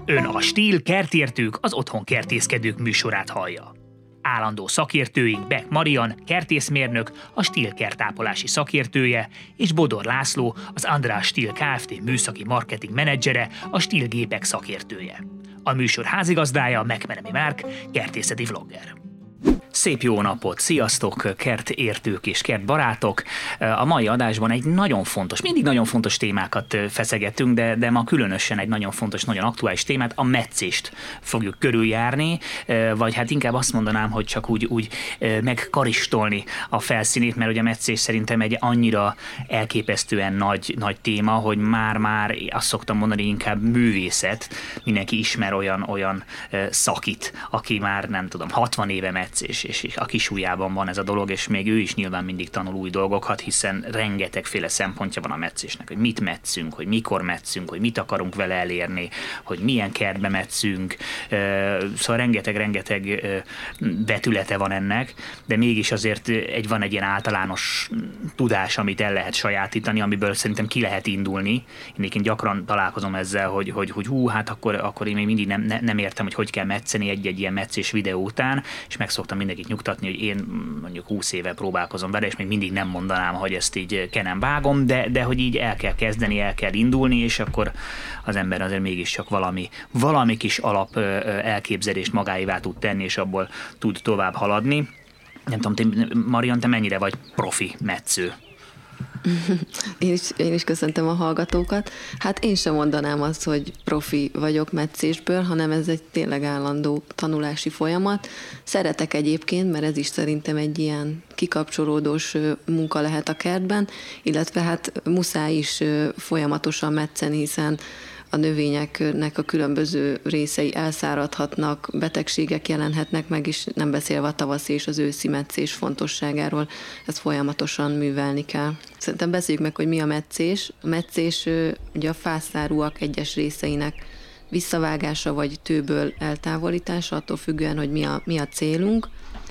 Ön a Stíl kertértők, az otthon kertészkedők műsorát hallja. Állandó szakértőink Beck Marian, kertészmérnök, a Stíl kertápolási szakértője, és Bodor László, az András Stíl Kft. Műszaki marketing menedzsere, a Stíl gépek szakértője. A műsor házigazdája Megmenemi Márk, kertészeti vlogger. Szép jó napot, sziasztok, kertértők és kertbarátok! A mai adásban egy nagyon fontos, mindig nagyon fontos témákat feszegetünk, de ma különösen egy nagyon fontos, nagyon aktuális témát, a metszést fogjuk körüljárni, vagy hát inkább azt mondanám, hogy csak úgy megkaristolni a felszínét, mert ugye a metszés szerintem egy annyira elképesztően nagy téma, hogy már azt szoktam mondani, inkább művészet. Mindenki ismer olyan szakit, aki már nem tudom, 60 éve metszés, és a kisujjában van ez a dolog, és még ő is nyilván mindig tanul új dolgokat, hiszen rengetegféle szempontja van a metszésnek, hogy mit metszünk, hogy mikor metszünk, hogy mit akarunk vele elérni, hogy milyen kertbe metszünk, szóval rengeteg vetülete van ennek, de mégis azért van egy ilyen általános tudás, amit el lehet sajátítani, amiből szerintem ki lehet indulni. Én egyébként gyakran találkozom ezzel, hogy hát akkor én még mindig nem értem, hogy kell metszeni egy ilyen metszés videó után, és meg szoktam mindenkit nyugtatni, hogy én mondjuk 20 éve próbálkozom vele, és még mindig nem mondanám, hogy ezt így kenem vágom, de hogy így el kell kezdeni, el kell indulni, és akkor az ember azért mégiscsak valami kis alap elképzelést magáévá tud tenni, és abból tud tovább haladni. Nem tudom, Marian, te mennyire vagy profi metsző? Én is köszöntöm a hallgatókat. Hát én sem mondanám azt, hogy profi vagyok metszésből, hanem ez egy tényleg állandó tanulási folyamat. Szeretek egyébként, mert ez is szerintem egy ilyen kikapcsolódós munka lehet a kertben, illetve hát muszáj is folyamatosan metszeni, hiszen a növényeknek a különböző részei elszáradhatnak, betegségek jelenhetnek meg, és nem beszélve a tavaszi és az őszi metszés fontosságáról, ezt folyamatosan művelni kell. Szerintem beszéljük meg, hogy mi a metszés. A metszés ugye a fászárúak egyes részeinek visszavágása vagy tőből eltávolítása, attól függően, hogy mi a célunk,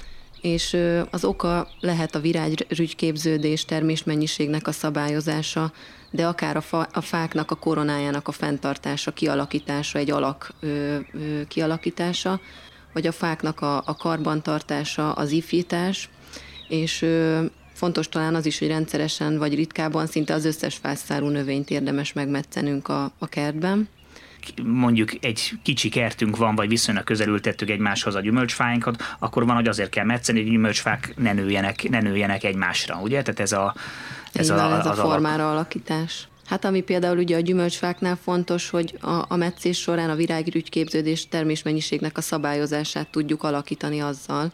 és az oka lehet a virágrügyképződés, termésmennyiségnek a szabályozása, de akár a fáknak a koronájának a fenntartása, kialakítása, egy alak kialakítása, vagy a fáknak a karbantartása, az ifjítás, és fontos talán az is, hogy rendszeresen vagy ritkában szinte az összes fászárú növényt érdemes megmetszenünk a kertben. Mondjuk egy kicsi kertünk van, vagy viszonylag közel ültettük egymáshoz a gyümölcsfáinkat, akkor van, hogy azért kell metszeni, hogy a gyümölcsfák ne nőjenek egymásra, ugye? Tehát ez a formára alakítás. Hát ami például ugye a gyümölcsfáknál fontos, hogy a metszés során a virágrügyképződés termésmennyiségnek a szabályozását tudjuk alakítani azzal,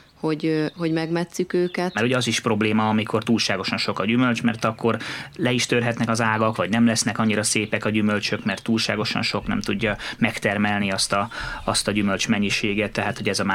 hogy megmetszük őket. Mert ugye az is probléma, amikor túlságosan sok a gyümölcs, mert akkor le is törhetnek az ágak, vagy nem lesznek annyira szépek a gyümölcsök, mert túlságosan sok nem tudja megtermelni azt a gyümölcs mennyiséget, tehát hogy ez a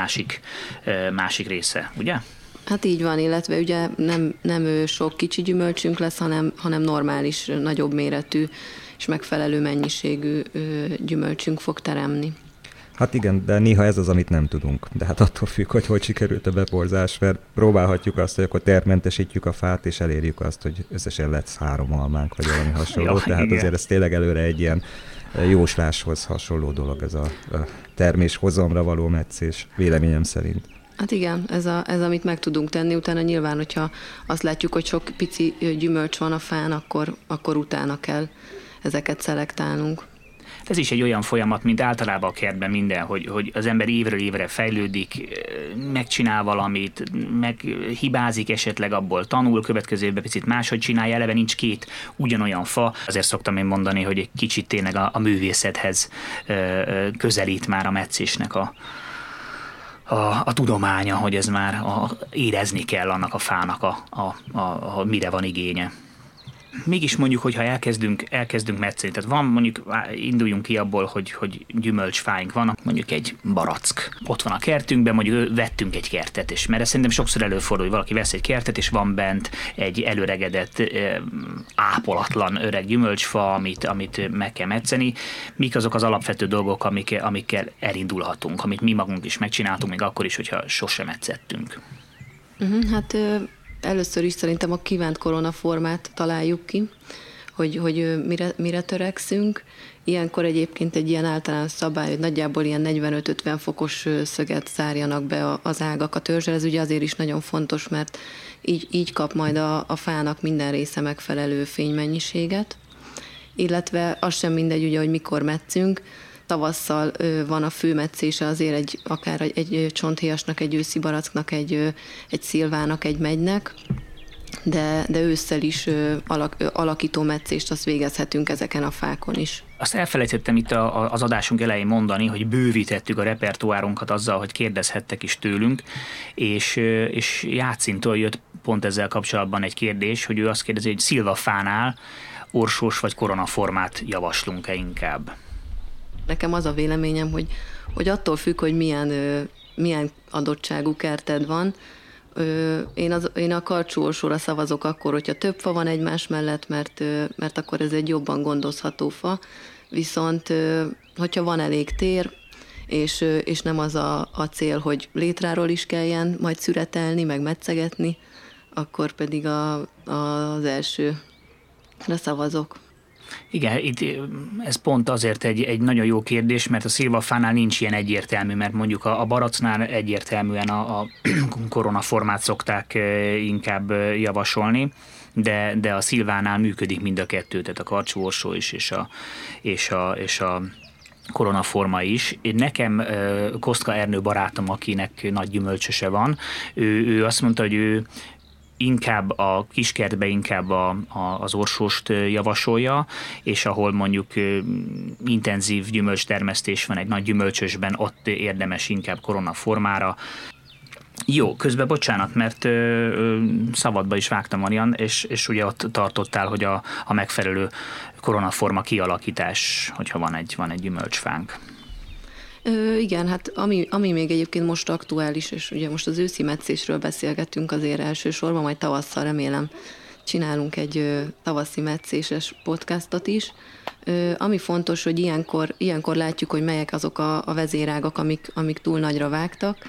másik része, ugye? Hát így van, illetve ugye nem sok kicsi gyümölcsünk lesz, hanem normális, nagyobb méretű és megfelelő mennyiségű gyümölcsünk fog teremni. Hát igen, de néha ez az, amit nem tudunk. De hát attól függ, hogy sikerült a beporzás, mert próbálhatjuk azt, hogy akkor tervmentesítjük a fát, és elérjük azt, hogy összesen lesz 3 almánk, vagy valami hasonló. Tehát igen. Azért ez tényleg előre egy ilyen jósláshoz hasonló dolog, ez a terméshozamra való metszés, véleményem szerint. Hát igen, ez amit meg tudunk tenni, utána nyilván, hogyha azt látjuk, hogy sok pici gyümölcs van a fán, akkor utána kell ezeket szelektálnunk. Ez is egy olyan folyamat, mint általában a kertben minden, hogy az ember évről évre fejlődik, megcsinál valamit, meghibázik esetleg, abból tanul, következő évben picit máshogy csinálja, eleve nincs 2 ugyanolyan fa. Azért szoktam én mondani, hogy egy kicsit tényleg a művészethez közelít már a metszésnek a tudománya, hogy ez már érezni kell annak a fának, mire van igénye. Mégis mondjuk, hogyha elkezdünk metszeni, tehát van mondjuk, induljunk ki abból, hogy gyümölcsfáink vannak, mondjuk egy barack. Ott van a kertünkben, mondjuk vettünk egy kertet, és mert szerintem sokszor előfordul, hogy valaki vesz egy kertet, és van bent egy előregedett, ápolatlan öreg gyümölcsfa, amit meg kell metszeni. Mik azok az alapvető dolgok, amikkel elindulhatunk, amit mi magunk is megcsináltunk, még akkor is, hogyha sosem metszettünk? Hát először is szerintem a kívánt koronaformát találjuk ki, hogy mire törekszünk. Ilyenkor egyébként egy ilyen általános szabály, hogy nagyjából ilyen 45-50 fokos szöget szárjanak be az ágak a törzsel. Ez ugye azért is nagyon fontos, mert így kap majd a fának minden része megfelelő fénymennyiséget. Illetve az sem mindegy, ugye, hogy mikor metszünk. Tavasszal van a főmetszése azért akár egy csonthéjasnak, egy őszi baracknak, egy szilvának, egy megynek, de ősszel is alakító metszést azt végezhetünk ezeken a fákon is. Azt elfelejtettem itt az adásunk elején mondani, hogy bővítettük a repertoárunkat azzal, hogy kérdezhettek is tőlünk, és Játszintól jött pont ezzel kapcsolatban egy kérdés, hogy ő azt kérdezi, hogy szilvafánál orsós vagy koronaformát javaslunk-e inkább? Nekem az a véleményem, hogy attól függ, hogy milyen adottságú kerted van. Én a karcsú orsóra szavazok akkor, hogyha több fa van egymás mellett, mert akkor ez egy jobban gondozható fa. Viszont, hogyha van elég tér, és nem az a cél, hogy létráról is kelljen majd szüretelni, meg metszegetni, akkor pedig az elsőre szavazok. Igen, itt ez pont azért egy nagyon jó kérdés, mert a szilvafánál nincs ilyen egyértelmű, mert mondjuk a baracnál egyértelműen a koronaformát szokták inkább javasolni, de a szilvánál működik mind a kettő, tehát a karcsú orsó is, és a koronaforma is. Nekem Kostka Ernő barátom, akinek nagy gyümölcsöse van, ő azt mondta, hogy ő inkább a kiskertbe inkább az orsóst javasolja, és ahol mondjuk intenzív gyümölcstermesztés van egy nagy gyümölcsösben, ott érdemes inkább koronaformára. Jó, közben bocsánat, mert szabadba is vágtam, Marian, és ugye ott tartottál, hogy a megfelelő koronaforma kialakítás, hogyha van egy gyümölcsfánk. Igen, hát ami még egyébként most aktuális, és ugye most az őszi metszésről beszélgettünk azért elsősorban, majd tavasszal remélem csinálunk egy tavaszi metszéses podcastot is. Ami fontos, hogy ilyenkor látjuk, hogy melyek azok a vezérágak, amik túl nagyra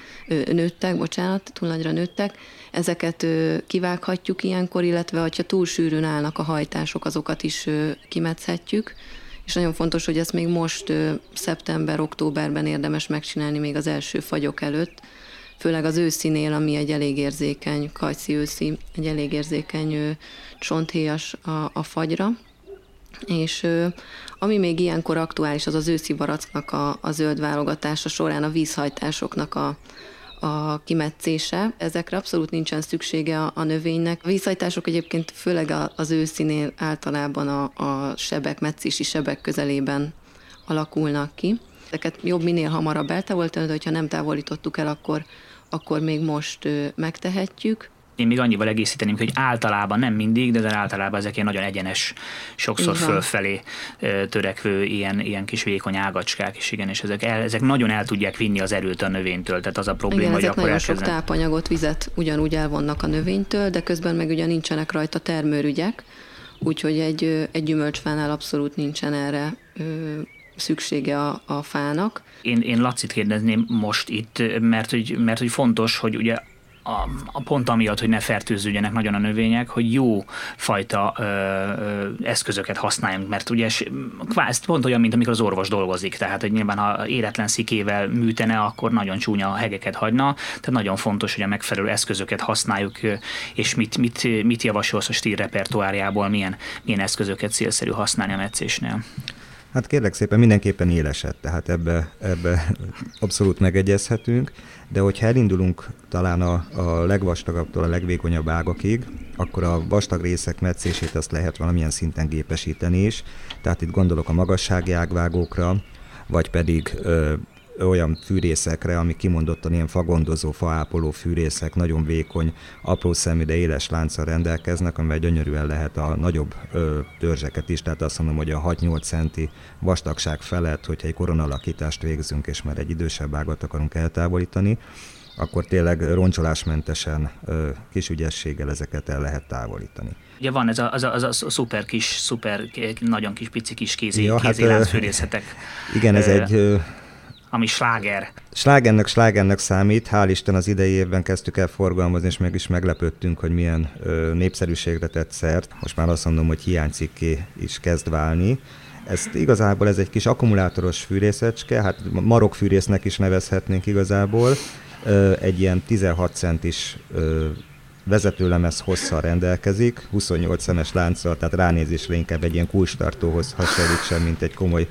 nőttek, ezeket kivághatjuk ilyenkor, illetve ha túl sűrűn állnak a hajtások, azokat is kimetszhetjük. És nagyon fontos, hogy ezt még most szeptember-októberben érdemes megcsinálni még az első fagyok előtt, főleg az őszinél, ami egy elég érzékeny, kajszi őszi, egy elég érzékeny csonthéjas a fagyra. És ami még ilyenkor aktuális, az őszi baracknak a zöld válogatása során a vízhajtásoknak a kimetszése. Ezekre abszolút nincsen szüksége a növénynek. A vízhajtások egyébként főleg az őszinél általában a sebek, metszési sebek közelében alakulnak ki. Ezeket jobb minél hamarabb eltávolítani, de hogyha nem távolítottuk el, akkor még most megtehetjük. Én még annyival egészíteném, hogy általában, nem mindig, de általában ezek ilyen nagyon egyenes, sokszor fölfelé törekvő ilyen kis vékony ágacskák is, igen, és ezek nagyon el tudják vinni az erőt a növénytől, tehát az a probléma, igen, hogy ezek akkor nagyon sok tápanyagot, vizet ugyanúgy elvonnak a növénytől, de közben meg ugye nincsenek rajta termőrügyek, úgyhogy egy gyümölcsfánál abszolút nincsen erre szüksége a fának. Én Lacit kérdezném most itt, mert hogy fontos, hogy ugye a pont amiatt, hogy ne fertőződjenek nagyon a növények, hogy jó fajta eszközöket használjunk, mert ugye kvázi pont olyan, mint amikor az orvos dolgozik, tehát hogy nyilván ha éretlen szikével műtene, akkor nagyon csúnya hegeket hagyna, tehát nagyon fontos, hogy a megfelelő eszközöket használjuk, és mit javasolsz a stíl repertoárjából, milyen eszközöket célszerű használni a metszésnél? Hát kérlek szépen, mindenképpen éleset, tehát ebbe abszolút megegyezhetünk, de hogyha elindulunk talán a legvastagabbtól a legvékonyabb ágakig, akkor a vastag részek metszését azt lehet valamilyen szinten gépesíteni is, tehát itt gondolok a magassági ágvágókra, vagy pedig olyan fűrészekre, amik kimondottan ilyen fagondozó, faápoló fűrészek, nagyon vékony, apró szemű, de éles lánccal rendelkeznek, amivel gyönyörűen lehet a nagyobb törzseket is, tehát azt mondom, hogy a 6-8 centi vastagság felett, hogyha egy koronalakítást végzünk, és már egy idősebb ágat akarunk eltávolítani, akkor tényleg roncsolásmentesen, kis ügyességgel ezeket el lehet távolítani. Ugye van ez a szuper nagyon kis pici kis kézi láncfűrészetek. Igen, ez egy ami sláger. Slágernek számít, hál' Isten az idei évben kezdtük el forgalmazni, és meg is meglepődtünk, hogy milyen népszerűségre tett szert. Most már azt mondom, hogy hiánycikké is kezd válni. Igazából ez egy kis akkumulátoros fűrészecske, hát marokfűrésznek is nevezhetnénk igazából. Egy ilyen 16 centis vezetőlemez hosszal rendelkezik, 28 szemes lánccal, tehát ránézésre inkább egy ilyen kulcstartóhoz hasonlít sem, mint egy komoly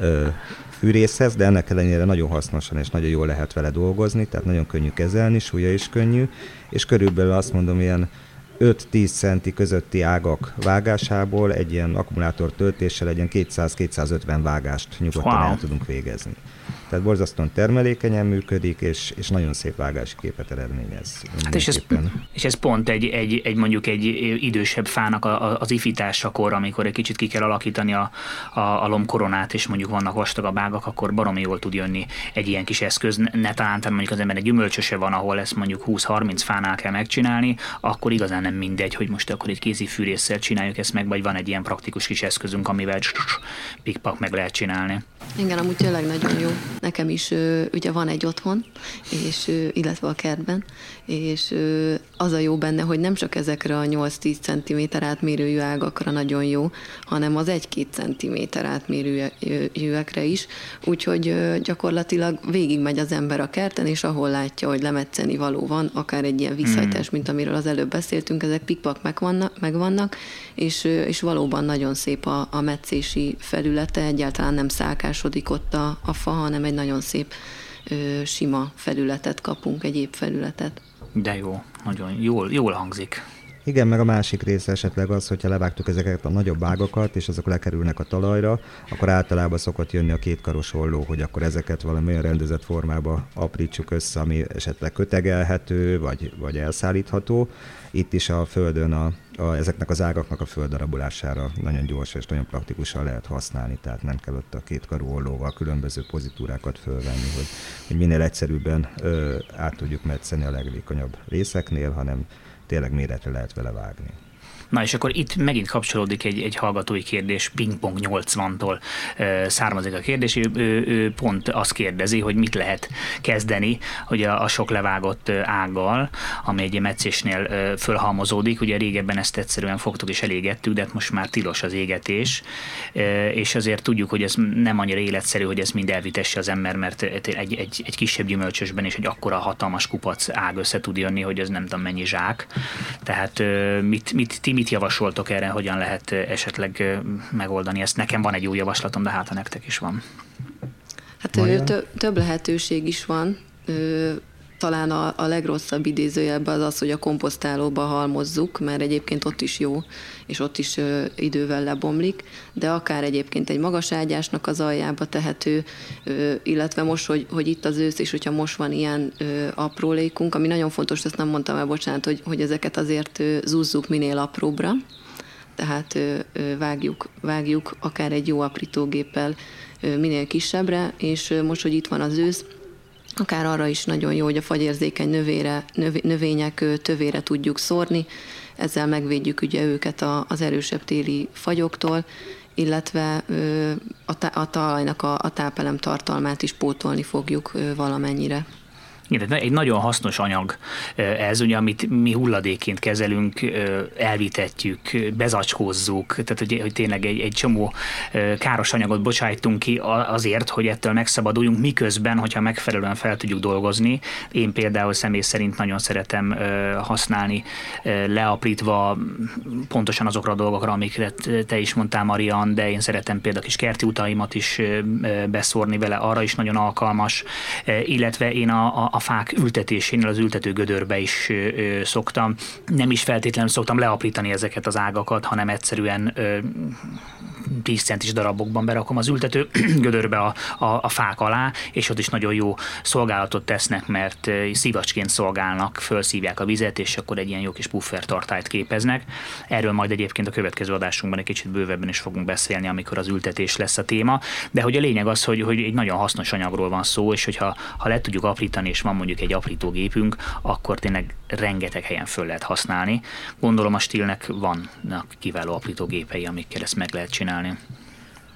fűrészhez, de ennek ellenére nagyon hasznosan és nagyon jól lehet vele dolgozni, tehát nagyon könnyű kezelni, súlya is könnyű, és körülbelül azt mondom, ilyen 5-10 centi közötti ágak vágásából egy ilyen akkumulátor töltéssel egy ilyen 200-250 vágást nyugodtan el tudunk végezni. Tehát borzasztóan termelékenyen működik, és nagyon szép vágási képet eredményez. Hát és ez pont egy mondjuk egy idősebb fának az ifításakor, amikor egy kicsit ki kell alakítani a lombkoronát, és mondjuk vannak vastagabb ágak, akkor baromi jól tud jönni egy ilyen kis eszköz. Ne talán mondjuk az ember egy gyümölcsöse van, ahol ezt mondjuk 20-30 fánál kell megcsinálni, akkor igazán nem mindegy, hogy most akkor egy kézi fűrésszel csináljuk ezt meg, vagy van egy ilyen praktikus kis eszközünk, amivel pikpak meg lehet csinálni. Igen, amúgy tényleg nagyon jó. Nekem is ugye van egy otthon, és, illetve a kertben, és az a jó benne, hogy nem csak ezekre a 8-10 cm átmérőjű ágakra nagyon jó, hanem az 1-2 cm átmérőjűekre is, úgyhogy gyakorlatilag végigmegy az ember a kerten, és ahol látja, hogy lemetszeni való van, akár egy ilyen vízhajtás, mint amiről az előbb beszéltünk, ezek pikpak megvannak, és valóban nagyon szép a metszési felülete, egyáltalán nem szálkásodik ott a fa, hanem egy nagyon szép sima felületet kapunk, egy épp felületet. De jó, nagyon jól hangzik. Igen, meg a másik része esetleg az, hogyha levágtuk ezeket a nagyobb ágakat, és azok lekerülnek a talajra, akkor általában szokott jönni a kétkaros olló, hogy akkor ezeket valamilyen rendezett formába aprítsuk össze, ami esetleg kötegelhető, vagy elszállítható. Itt is a földön ezeknek az ágaknak a földdarabolására nagyon gyorsan és nagyon praktikusan lehet használni, tehát nem kell ott a kétkarú ollóval különböző pozitúrákat fölvenni, hogy minél egyszerűbben át tudjuk metszeni a legvékonyabb részeknél, hanem tényleg méretre lehet vele vágni. Na és akkor itt megint kapcsolódik egy hallgatói kérdés, Pingpong 80-tól származik a kérdés, ő pont azt kérdezi, hogy mit lehet kezdeni, hogy a sok levágott ággal, ami egy meccésnél fölhalmozódik, ugye régebben ezt egyszerűen fogtuk és elégettük, de most már tilos az égetés, és azért tudjuk, hogy ez nem annyira életszerű, hogy ezt mind elvitesse az ember, mert egy kisebb gyümölcsösben is egy akkora hatalmas kupac ág össze tud jönni, hogy ez nem tudom mennyi zsák. Tehát mit javasoltok erre, hogyan lehet esetleg megoldani ezt? Nekem van egy jó javaslatom, de hát a nektek is van. Hát több lehetőség is van. Talán a legrosszabb idézőjelben az, hogy a komposztálóba halmozzuk, mert egyébként ott is jó, és ott is idővel lebomlik, de akár egyébként egy magas ágyásnak az aljába tehető, illetve most, hogy itt az ősz, és hogyha most van ilyen aprólékunk, ami nagyon fontos, ezt nem mondtam el, bocsánat, hogy ezeket azért zúzzuk minél apróbbra, tehát vágjuk akár egy jó aprítógéppel minél kisebbre, és most, hogy itt van az ősz, akár arra is nagyon jó, hogy a fagyérzékeny növények tövére tudjuk szórni, ezzel megvédjük ugye őket az erősebb téli fagyoktól, illetve a talajnak a tápelem tartalmát is pótolni fogjuk valamennyire. Igen, egy nagyon hasznos anyag ez, ugye, amit mi hulladékként kezelünk, elvitetjük, bezacskózzuk, tehát hogy tényleg egy csomó káros anyagot bocsájtunk ki azért, hogy ettől megszabaduljunk, miközben, hogyha megfelelően fel tudjuk dolgozni. Én például személy szerint nagyon szeretem használni leaprítva pontosan azokra a dolgokra, amiket te is mondtál, Marian, de én szeretem például kis kerti utaimat is beszórni vele, arra is nagyon alkalmas, illetve én a fák ültetésénél az ültető gödörbe is szoktam. Nem is feltétlenül szoktam leaprítani ezeket az ágakat, hanem egyszerűen 10 centis darabokban berakom az ültető gödörbe a fák alá, és ott is nagyon jó szolgálatot tesznek, mert szívacsként szolgálnak, fölszívják a vizet, és akkor egy ilyen jó kis puffertartályt képeznek. Erről majd egyébként a következő adásunkban egy kicsit bővebben is fogunk beszélni, amikor az ültetés lesz a téma. De hogy a lényeg az, hogy egy nagyon hasznos anyagról van szó, és hogyha le tudjuk aprítani, és van mondjuk egy aprítógépünk, akkor tényleg rengeteg helyen föl lehet használni. Gondolom a Stihlnek vannak kiváló aprítógépei, amikkel ezt meg lehet csinálni.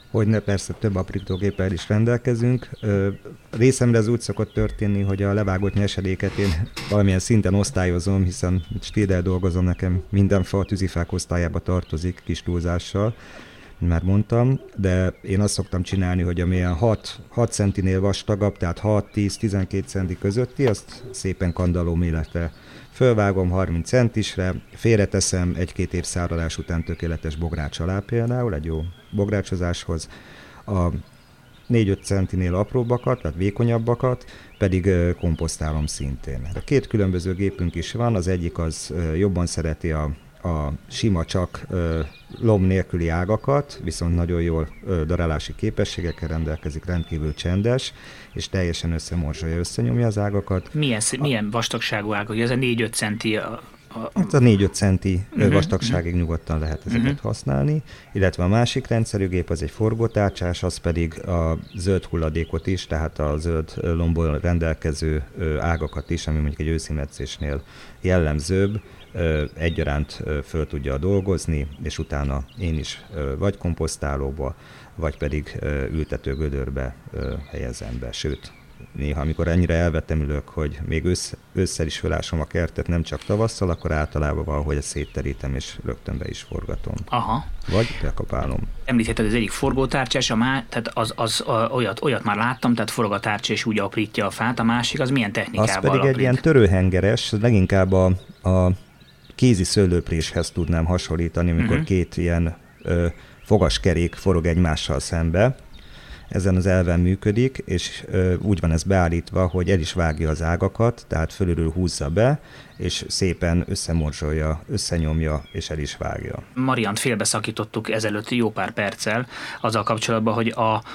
Hogyne, persze több aprítógéppel is rendelkezünk. Részemre ez úgy szokott történni, hogy a levágott nyesedéket én valamilyen szinten osztályozom, hiszen stíddel dolgozom, nekem minden fa a tűzifák osztályába tartozik kis túlzással, már mondtam, de én azt szoktam csinálni, hogy amilyen 6 centinél vastagabb, tehát 6-10-12 centi közötti, azt szépen kandalló méretre fölvágom 30 centisre, félreteszem 1-2 év száralás után tökéletes bogrács alá például, egy jó bográcsozáshoz, a 4-5 centinél apróbbakat, tehát vékonyabbakat pedig komposztálom szintén. A 2 különböző gépünk is van, az egyik az jobban szereti a sima csak lomb nélküli ágakat, viszont nagyon jól darálási képességekkel rendelkezik, rendkívül csendes, és teljesen összemorzsolja, összenyomja az ágakat. Milyen vastagságú ágak? Ez a 4-5 centi? Hát a 4-5 centi vastagságig nyugodtan lehet ezeket használni, illetve a másik rendszerű gép az egy forgótárcsás, az pedig a zöld hulladékot is, tehát a zöld lombból rendelkező ágakat is, ami mondjuk egy őszimetszésnél jellemzőbb, egyaránt föl tudja dolgozni, és utána én is vagy komposztálóba, vagy pedig ültetőgödörbe helyezem be. Sőt, néha, amikor ennyire elvetemülök, hogy még ősszel is fölásom a kertet, nem csak tavasszal, akkor általában valahogy ezt szétterítem, és rögtön be is forgatom. Aha. Vagy bekapálom. Említetted az egyik forgótárcsás, tehát olyat már láttam, tehát forog a tárcsa és úgy aprítja a fát, a másik az milyen technikával az pedig aprít? egy ilyen törőhengeres, leginkább a kézi szőlőpréshez tudnám hasonlítani, amikor 2 ilyen fogaskerék forog egymással szembe. Ezen az elven működik, és úgy van ez beállítva, hogy el is vágja az ágakat, tehát fölülről húzza be, és szépen összemorzsolja, összenyomja, és el is vágja. Mariant félbeszakítottuk ezelőtt jó pár perccel azzal kapcsolatban, hogy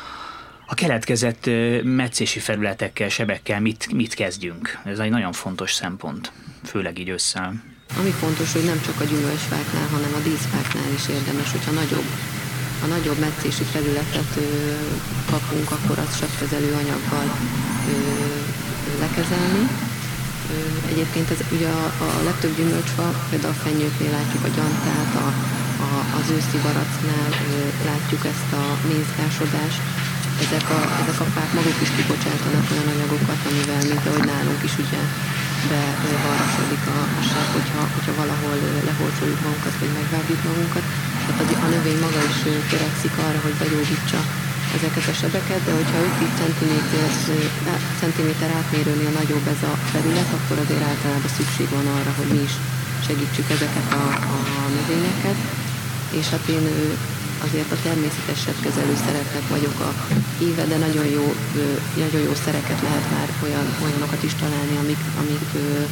a keletkezett metszési felületekkel, sebekkel mit kezdjünk. Ez egy nagyon fontos szempont, főleg így ősszel. Ami fontos, hogy nem csak a gyümölcsfáknál, hanem a díszfáknál is érdemes, hogyha nagyobb metszési felületet kapunk, akkor azt sebkezelő anyaggal lekezelni. Egyébként ez ugye a legtöbb gyümölcsfa, például a fenyőknél látjuk a gyantát, az őszi baracnál látjuk ezt a mézgásodást. Ezek a fák maguk is kibocsátanak olyan anyagokat, amivel, mint ahogy nálunk is ugye bevarrasodik a seb, hogyha valahol leholcsoljuk magunkat, vagy megvágjuk magunkat. Tehát a növény maga is törekszik arra, hogy begyógyítsa ezeket a sebeket, de hogyha 5-10 cm átmérőnél nagyobb ez a felület, akkor azért általában szükség van arra, hogy mi is segítsük ezeket a növényeket. És hát én azért a természetes sebkezelő szereknek vagyok a híve, de nagyon jó szereket lehet már olyanokat is találni, amik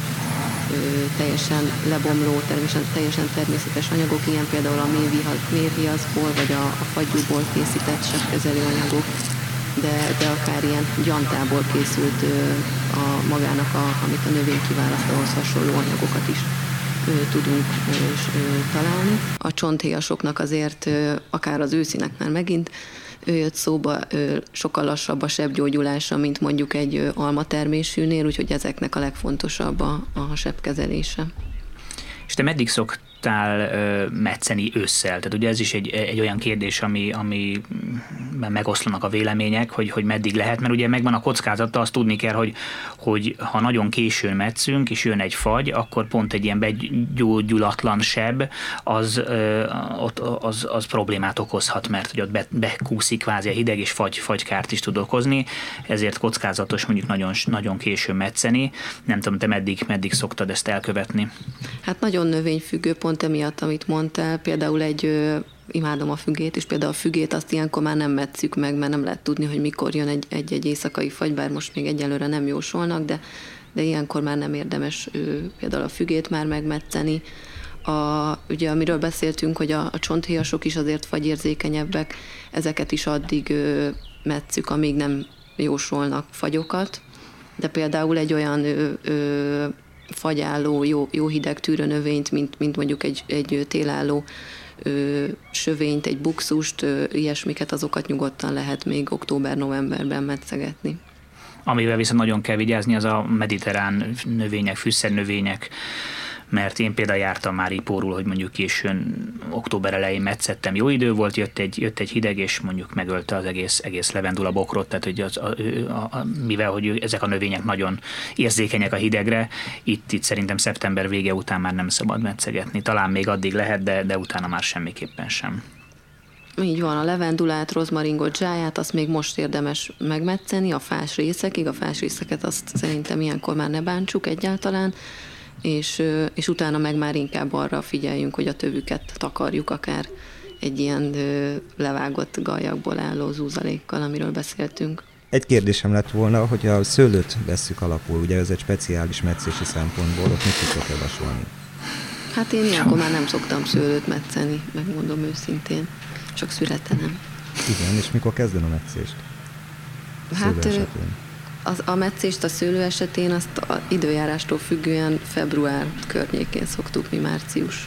teljesen lebomló, teljesen természetes anyagok, ilyen például a méhviaszból vagy a fagyúból készített sebkezelő anyagok, de akár ilyen gyantából készült magának, amit a növény kiválaszt, ahhoz hasonló anyagokat is tudunk találni. A csonthéjasoknak azért, akár az őszinek már megint jött szóba, sokkal lassabb a sebgyógyulása, mint mondjuk egy almatermésűnél, úgyhogy ezeknek a legfontosabb a sebkezelése. És te meddig szoktál metszeni ősszel? Tehát ugye ez is egy olyan kérdés, ami megoszlanak a vélemények, hogy meddig lehet, mert ugye megvan a kockázata, azt tudni kell, hogy ha nagyon későn metszünk, és jön egy fagy, akkor pont egy ilyen begyógyulatlan seb, az problémát okozhat, mert hogy ott bekúszik kvázi a hideg, és fagykárt is tud okozni, ezért kockázatos mondjuk nagyon, nagyon későn metszeni. Nem tudom, te meddig szoktad ezt elkövetni? Hát nagyon növényfüggő, pont emiatt, amit mondtál, például imádom a fügét, és például a fügét azt ilyenkor már nem metszük meg, mert nem lehet tudni, hogy mikor jön egy éjszakai fagy, bár most még egyelőre nem jósolnak, de ilyenkor már nem érdemes például a fügét már megmetszeni. Ugye amiről beszéltünk, hogy a csonthéjasok is azért fagyérzékenyebbek, ezeket is addig metszük, amíg nem jósolnak fagyokat, de például egy olyan fagyálló, jó hideg tűrőnövényt, mint mondjuk egy télálló sövényt, egy bukszust, ilyesmiket, azokat nyugodtan lehet még október-novemberben metszegetni. Amivel viszont nagyon kell vigyázni, az a mediterrán növények, fűszernövények, mert én például jártam már Ipóról, hogy mondjuk későn október elején metszettem, jó idő volt, jött egy hideg, és mondjuk megölte az egész levendula bokrot, tehát hogy mivel hogy ezek a növények nagyon érzékenyek a hidegre, itt szerintem szeptember vége után már nem szabad metszegetni. Talán még addig lehet, de utána már semmiképpen sem. Így van, a levendulát, rozmaringot, zsáját, azt még most érdemes megmetszeni, a fás részekig, a fás részeket azt szerintem ilyenkor már ne bántsuk egyáltalán, és utána meg már inkább arra figyeljünk, hogy a tövüket takarjuk akár egy ilyen levágott gallyakból álló zúzalékkal, amiről beszéltünk. Egy kérdésem lett volna, hogy a szőlőt vesszük alapul, ugye ez egy speciális metszési szempontból, ott mit tudtok javasolni? Hát én ilyenkor már nem szoktam szőlőt metszeni, megmondom őszintén, csak szüretelem. Igen, és mikor kezdem a metszést? Hát a metszést a szőlő esetén azt az időjárástól függően február környékén szoktuk mi, március.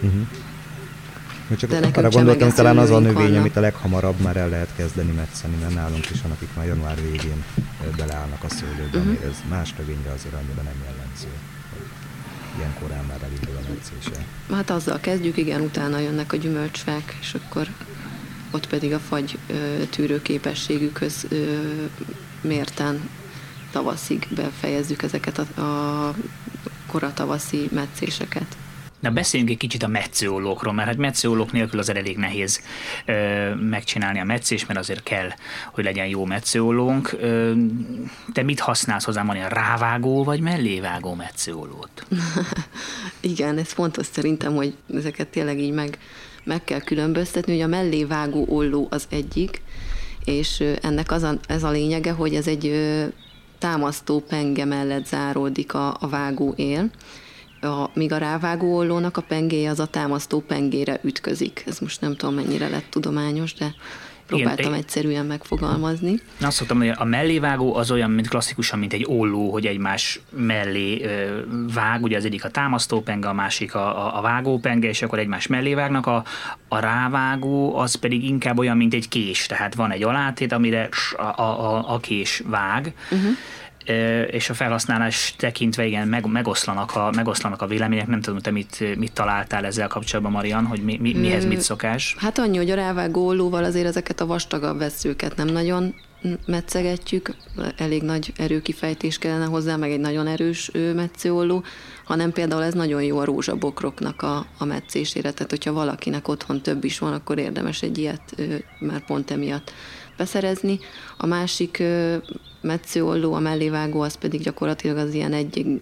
Csak arra gondoltam, hogy talán az a növény, amit a leghamarabb már el lehet kezdeni metszeni, mert nálunk is van, akik már január végén beleállnak a szőlőbe, ami ez más növényre azért annyira nem jellemző. Ilyen korán már elindul a metszése. Hát azzal kezdjük, igen, utána jönnek a gyümölcsfák, és akkor ott pedig a fagy tűrőképességükhöz mérten tavaszig befejezzük ezeket a koratavaszi metszéseket. Na beszéljünk egy kicsit a metszőollókról, mert hát metszőollók nélkül azért elég nehéz megcsinálni a metszést, mert azért kell, hogy legyen jó metszőollónk. Te mit használsz hozzá, Marian, rávágó vagy mellévágó metszőollót? Igen, ez fontos szerintem, hogy ezeket tényleg így meg kell különböztetni, hogy a mellévágó olló az egyik, és ennek ez a lényege, hogy ez egy támasztó penge mellett záródik a vágóél, míg a rávágó ollónak a pengéje az a támasztó pengére ütközik. Ez most nem tudom, mennyire lett tudományos, de próbáltam egyszerűen megfogalmazni. Azt szoktam, hogy a mellévágó az olyan, mint klasszikusan, mint egy olló, hogy egymás mellé vág, ugye az egyik a támasztópenge, a másik a vágópenge, és akkor egymás mellé vágnak. A rávágó az pedig inkább olyan, mint egy kés, tehát van egy alátét, amire a kés vág, és a felhasználás tekintve igen, megoszlanak a vélemények. Nem tudom, te mit találtál ezzel kapcsolatban, Marian, hogy mihez mit szokás? Hát annyi, hogy a rávágó ollóval azért ezeket a vastagabb vesszőket nem nagyon metszegetjük, elég nagy erőkifejtés kellene hozzá, meg egy nagyon erős metszőolló, hanem például ez nagyon jó a rózsabokroknak a metszésére, tehát hogyha valakinek otthon több is van, akkor érdemes egy ilyet már pont emiatt beszerezni. A másik metszőolló, a mellévágó, az pedig gyakorlatilag az ilyen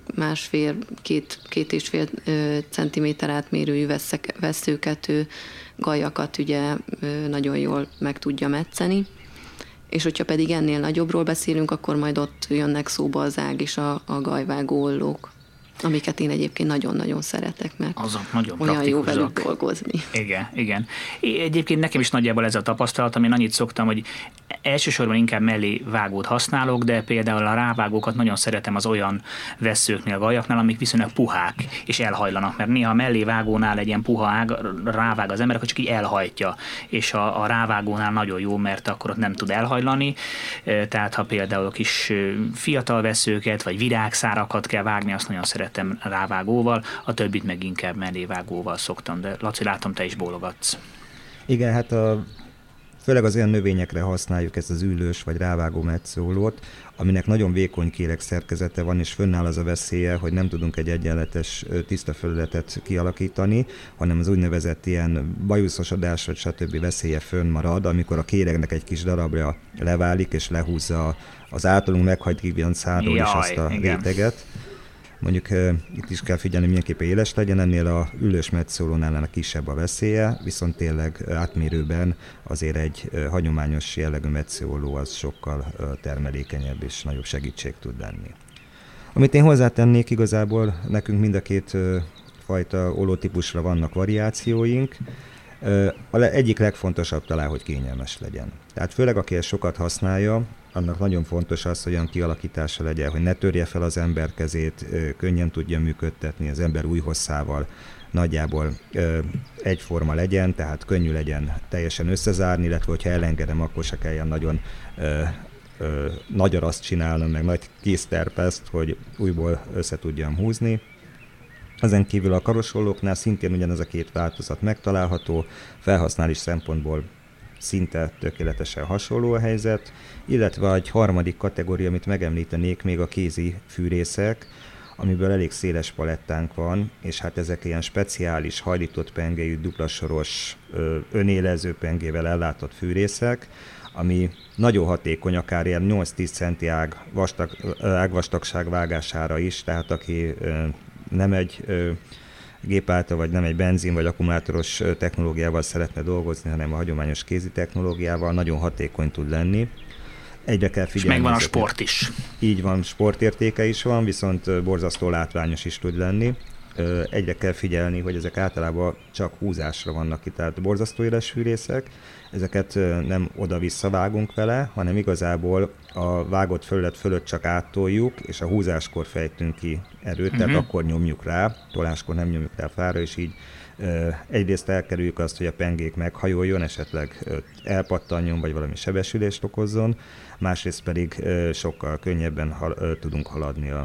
1,5-2,5 centiméter átmérőjű vesszőket, galyakat ugye nagyon jól meg tudja metszeni. És hogyha pedig ennél nagyobbról beszélünk, akkor majd ott jönnek szóba az ág és a gajvágó ollók, amiket én egyébként nagyon-nagyon szeretek, mert azok nagyon olyan jó velük dolgozni. Igen. Egyébként nekem is nagyjából ez a tapasztalatom, én annyit szoktam, hogy elsősorban inkább mellé vágót használok, de például a rávágókat nagyon szeretem az olyan vesszőknél, gajaknál, amik viszonylag puhák és elhajlanak, mert néha a mellé vágónál egy ilyen puha ág rávág az ember, akkor csak így elhajtja, és a rávágónál nagyon jó, mert akkor ott nem tud elhajlani, tehát ha például kis fiatal vesszőket, vagy virágszárakat kell vágni, azt nagyon szeretem rávágóval, a többit meg inkább mellévágóval szoktam, de Laci, látom, te is bólogatsz. Igen, hát főleg az olyan növényekre használjuk ezt az ülős vagy rávágó metszőollót, aminek nagyon vékony kéreg szerkezete van, és fönnáll az a veszélye, hogy nem tudunk egy egyenletes tiszta felületet kialakítani, hanem az úgynevezett ilyen bajuszosodás vagy stb. Veszélye fönnmarad, amikor a kéregnek egy kis darabja leválik, és lehúzza az általunk meghagyott szárról is azt a réteget. Mondjuk itt is kell figyelni, mindenképpen éles legyen, ennél a ülős metszőollónál kisebb a veszélye, viszont tényleg átmérőben azért egy hagyományos jellegű metszőolló az sokkal termelékenyebb és nagyobb segítség tud lenni. Amit én hozzátennék, igazából nekünk mind a két fajta ollótípusra vannak variációink. Egyik legfontosabb talán, hogy kényelmes legyen. Tehát főleg aki ezt sokat használja, annak nagyon fontos az, hogy olyan kialakítása legyen, hogy ne törje fel az ember kezét, könnyen tudja működtetni, az ember új hosszával nagyjából egyforma legyen, tehát könnyű legyen teljesen összezárni, illetve hogyha elengedem, akkor se kelljen nagyon nagy araszt csinálnom, meg nagy kézterpeszt, hogy újból össze tudjam húzni. Ezen kívül a karosollóknál szintén ugyanaz a két változat megtalálható, felhasználási szempontból szinte tökéletesen hasonló a helyzet, illetve egy harmadik kategória, amit megemlítenék, még a kézi fűrészek, amiből elég széles palettánk van, és hát ezek ilyen speciális, hajlított pengéjű, duplasoros, önélező pengével ellátott fűrészek, ami nagyon hatékony, akár ilyen 8-10 centi ágvastagság vágására is, tehát aki nem egy gép által, vagy nem egy benzin vagy akkumulátoros technológiával szeretne dolgozni, hanem a hagyományos kézi technológiával, nagyon hatékony tud lenni. Egyre kell figyelni. És megvan a sport is. Így van, sportértéke is van, viszont borzasztó látványos is tud lenni. Egyre kell figyelni, hogy ezek általában csak húzásra vannak itt, tehát borzasztó éles fűrészek. Ezeket nem oda-vissza vágunk vele, hanem igazából a vágott felület fölött csak áttoljuk, és a húzáskor fejtünk ki erőt, tehát akkor nyomjuk rá, toláskor nem nyomjuk rá a fára, és így egyrészt elkerüljük azt, hogy a pengék meghajoljon, esetleg elpattanjon, vagy valami sebesülést okozzon, másrészt pedig sokkal könnyebben tudunk haladni a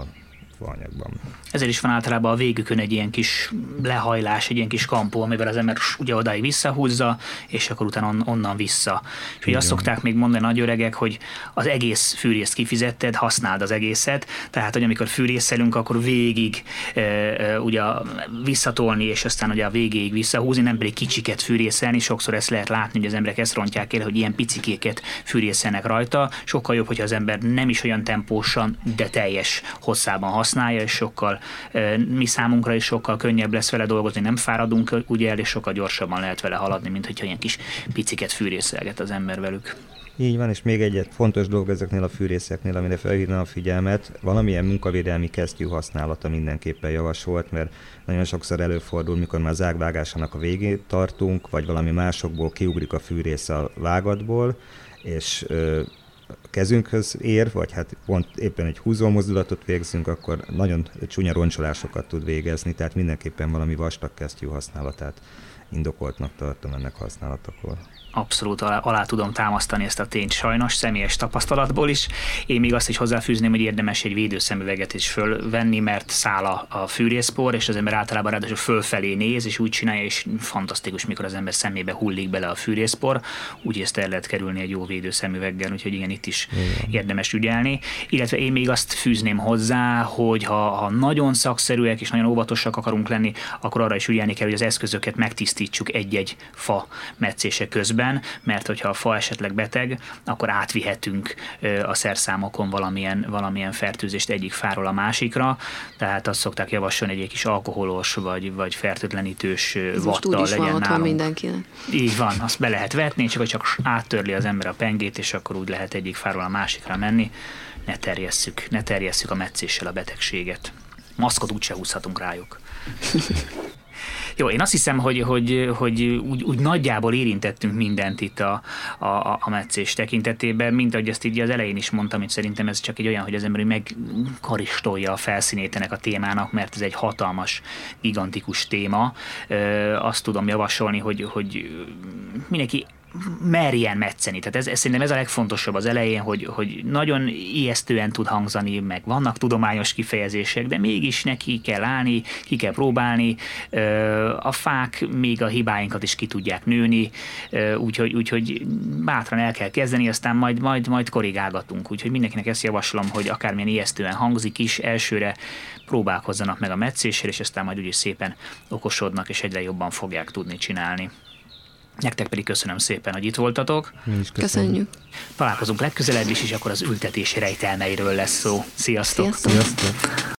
anyagban. Ezért is van általában a végükön egy ilyen kis lehajlás, egy ilyen kis kampó, amivel az ember ugye odáig visszahúzza, és akkor utána onnan vissza. És ugye azt szokták még mondani nagy öregek, hogy az egész fűrészt kifizetted, használd az egészet, tehát hogy amikor fűrészelünk, akkor végig ugye visszatolni, és aztán ugye a végéig visszahúzni, nem pedig kicsiket fűrészelni, sokszor ezt lehet látni, hogy az emberek ezt rontják el, hogy ilyen picikéket fűrészelnek rajta. Sokkal jobb, hogyha az ember nem is olyan tempósan, de teljes hosszában használja, és sokkal mi számunkra is sokkal könnyebb lesz vele dolgozni, nem fáradunk ugye el, és sokkal gyorsabban lehet vele haladni, mint hogyha ilyen kis piciket fűrészelget az ember velük. Így van, és még egy fontos dolog ezeknél a fűrészeknél, amire felhívnám a figyelmet, valamilyen munkavédelmi kesztyű használata mindenképpen javasolt, mert nagyon sokszor előfordul, mikor már az ágvágásának a végén tartunk, vagy valami másokból kiugrik a fűrész a vágatból, és kezünkhöz ér, vagy hát pont éppen egy húzómozdulatot végzünk, akkor nagyon csúnya roncsolásokat tud végezni, tehát mindenképpen valami vastag kesztyű használatát indokoltnak tartom ennek használatakor. Abszolút alá tudom támasztani ezt a tényt sajnos, személyes tapasztalatból is. Én még azt is hozzáfűzném, hogy érdemes egy védőszemüveget is fölvenni, mert száll a fűrészpor, és az ember általában ráadásul fölfelé néz, és úgy csinálja, és fantasztikus, mikor az ember szemébe hullik bele a fűrészpor, úgy ezt el lehet kerülni egy jó védőszemüveggel, úgyhogy igen, itt is érdemes ügyelni. Illetve én még azt fűzném hozzá, hogy ha nagyon szakszerűek és nagyon óvatosak akarunk lenni, akkor arra is ügyelni kell, hogy az eszközöket megtisztítsuk egy-egy fa metszése közben, mert hogyha a fa esetleg beteg, akkor átvihetünk a szerszámokon valamilyen fertőzést egyik fáról a másikra, tehát azt szokták javasolni, egy kis alkoholos vagy fertőtlenítős vattal legyen nálunk. Mindenkinek. Így van, azt be lehet vetni, csak áttörli az ember a pengét, és akkor úgy lehet egyik fáról a másikra menni. Ne terjesszük a metszéssel a betegséget. Maszkot úgyse húzhatunk rájuk. Jó, én azt hiszem, hogy úgy nagyjából érintettünk mindent itt a metszés tekintetében, mint ahogy ezt így az elején is mondtam, hogy szerintem ez csak egy olyan, hogy az ember megkaristolja a felszínét ennek a témának, mert ez egy hatalmas, gigantikus téma. Azt tudom javasolni, hogy mindenki merjen metszeni. Tehát szerintem ez a legfontosabb az elején, hogy nagyon ijesztően tud hangzani, meg vannak tudományos kifejezések, de mégis neki kell állni, ki kell próbálni. A fák még a hibáinkat is ki tudják nőni, úgyhogy bátran el kell kezdeni, aztán majd korrigálgatunk. Úgyhogy mindenkinek ezt javaslom, hogy akármilyen ijesztően hangzik is, elsőre próbálkozzanak meg a metszéssel, és aztán majd úgyis szépen okosodnak, és egyre jobban fogják tudni csinálni. Nektek pedig köszönöm szépen, hogy itt voltatok. Mi is Köszönjük. Találkozunk legközelebb is, és akkor az ültetés rejtelmeiről lesz szó. Sziasztok! Sziasztok.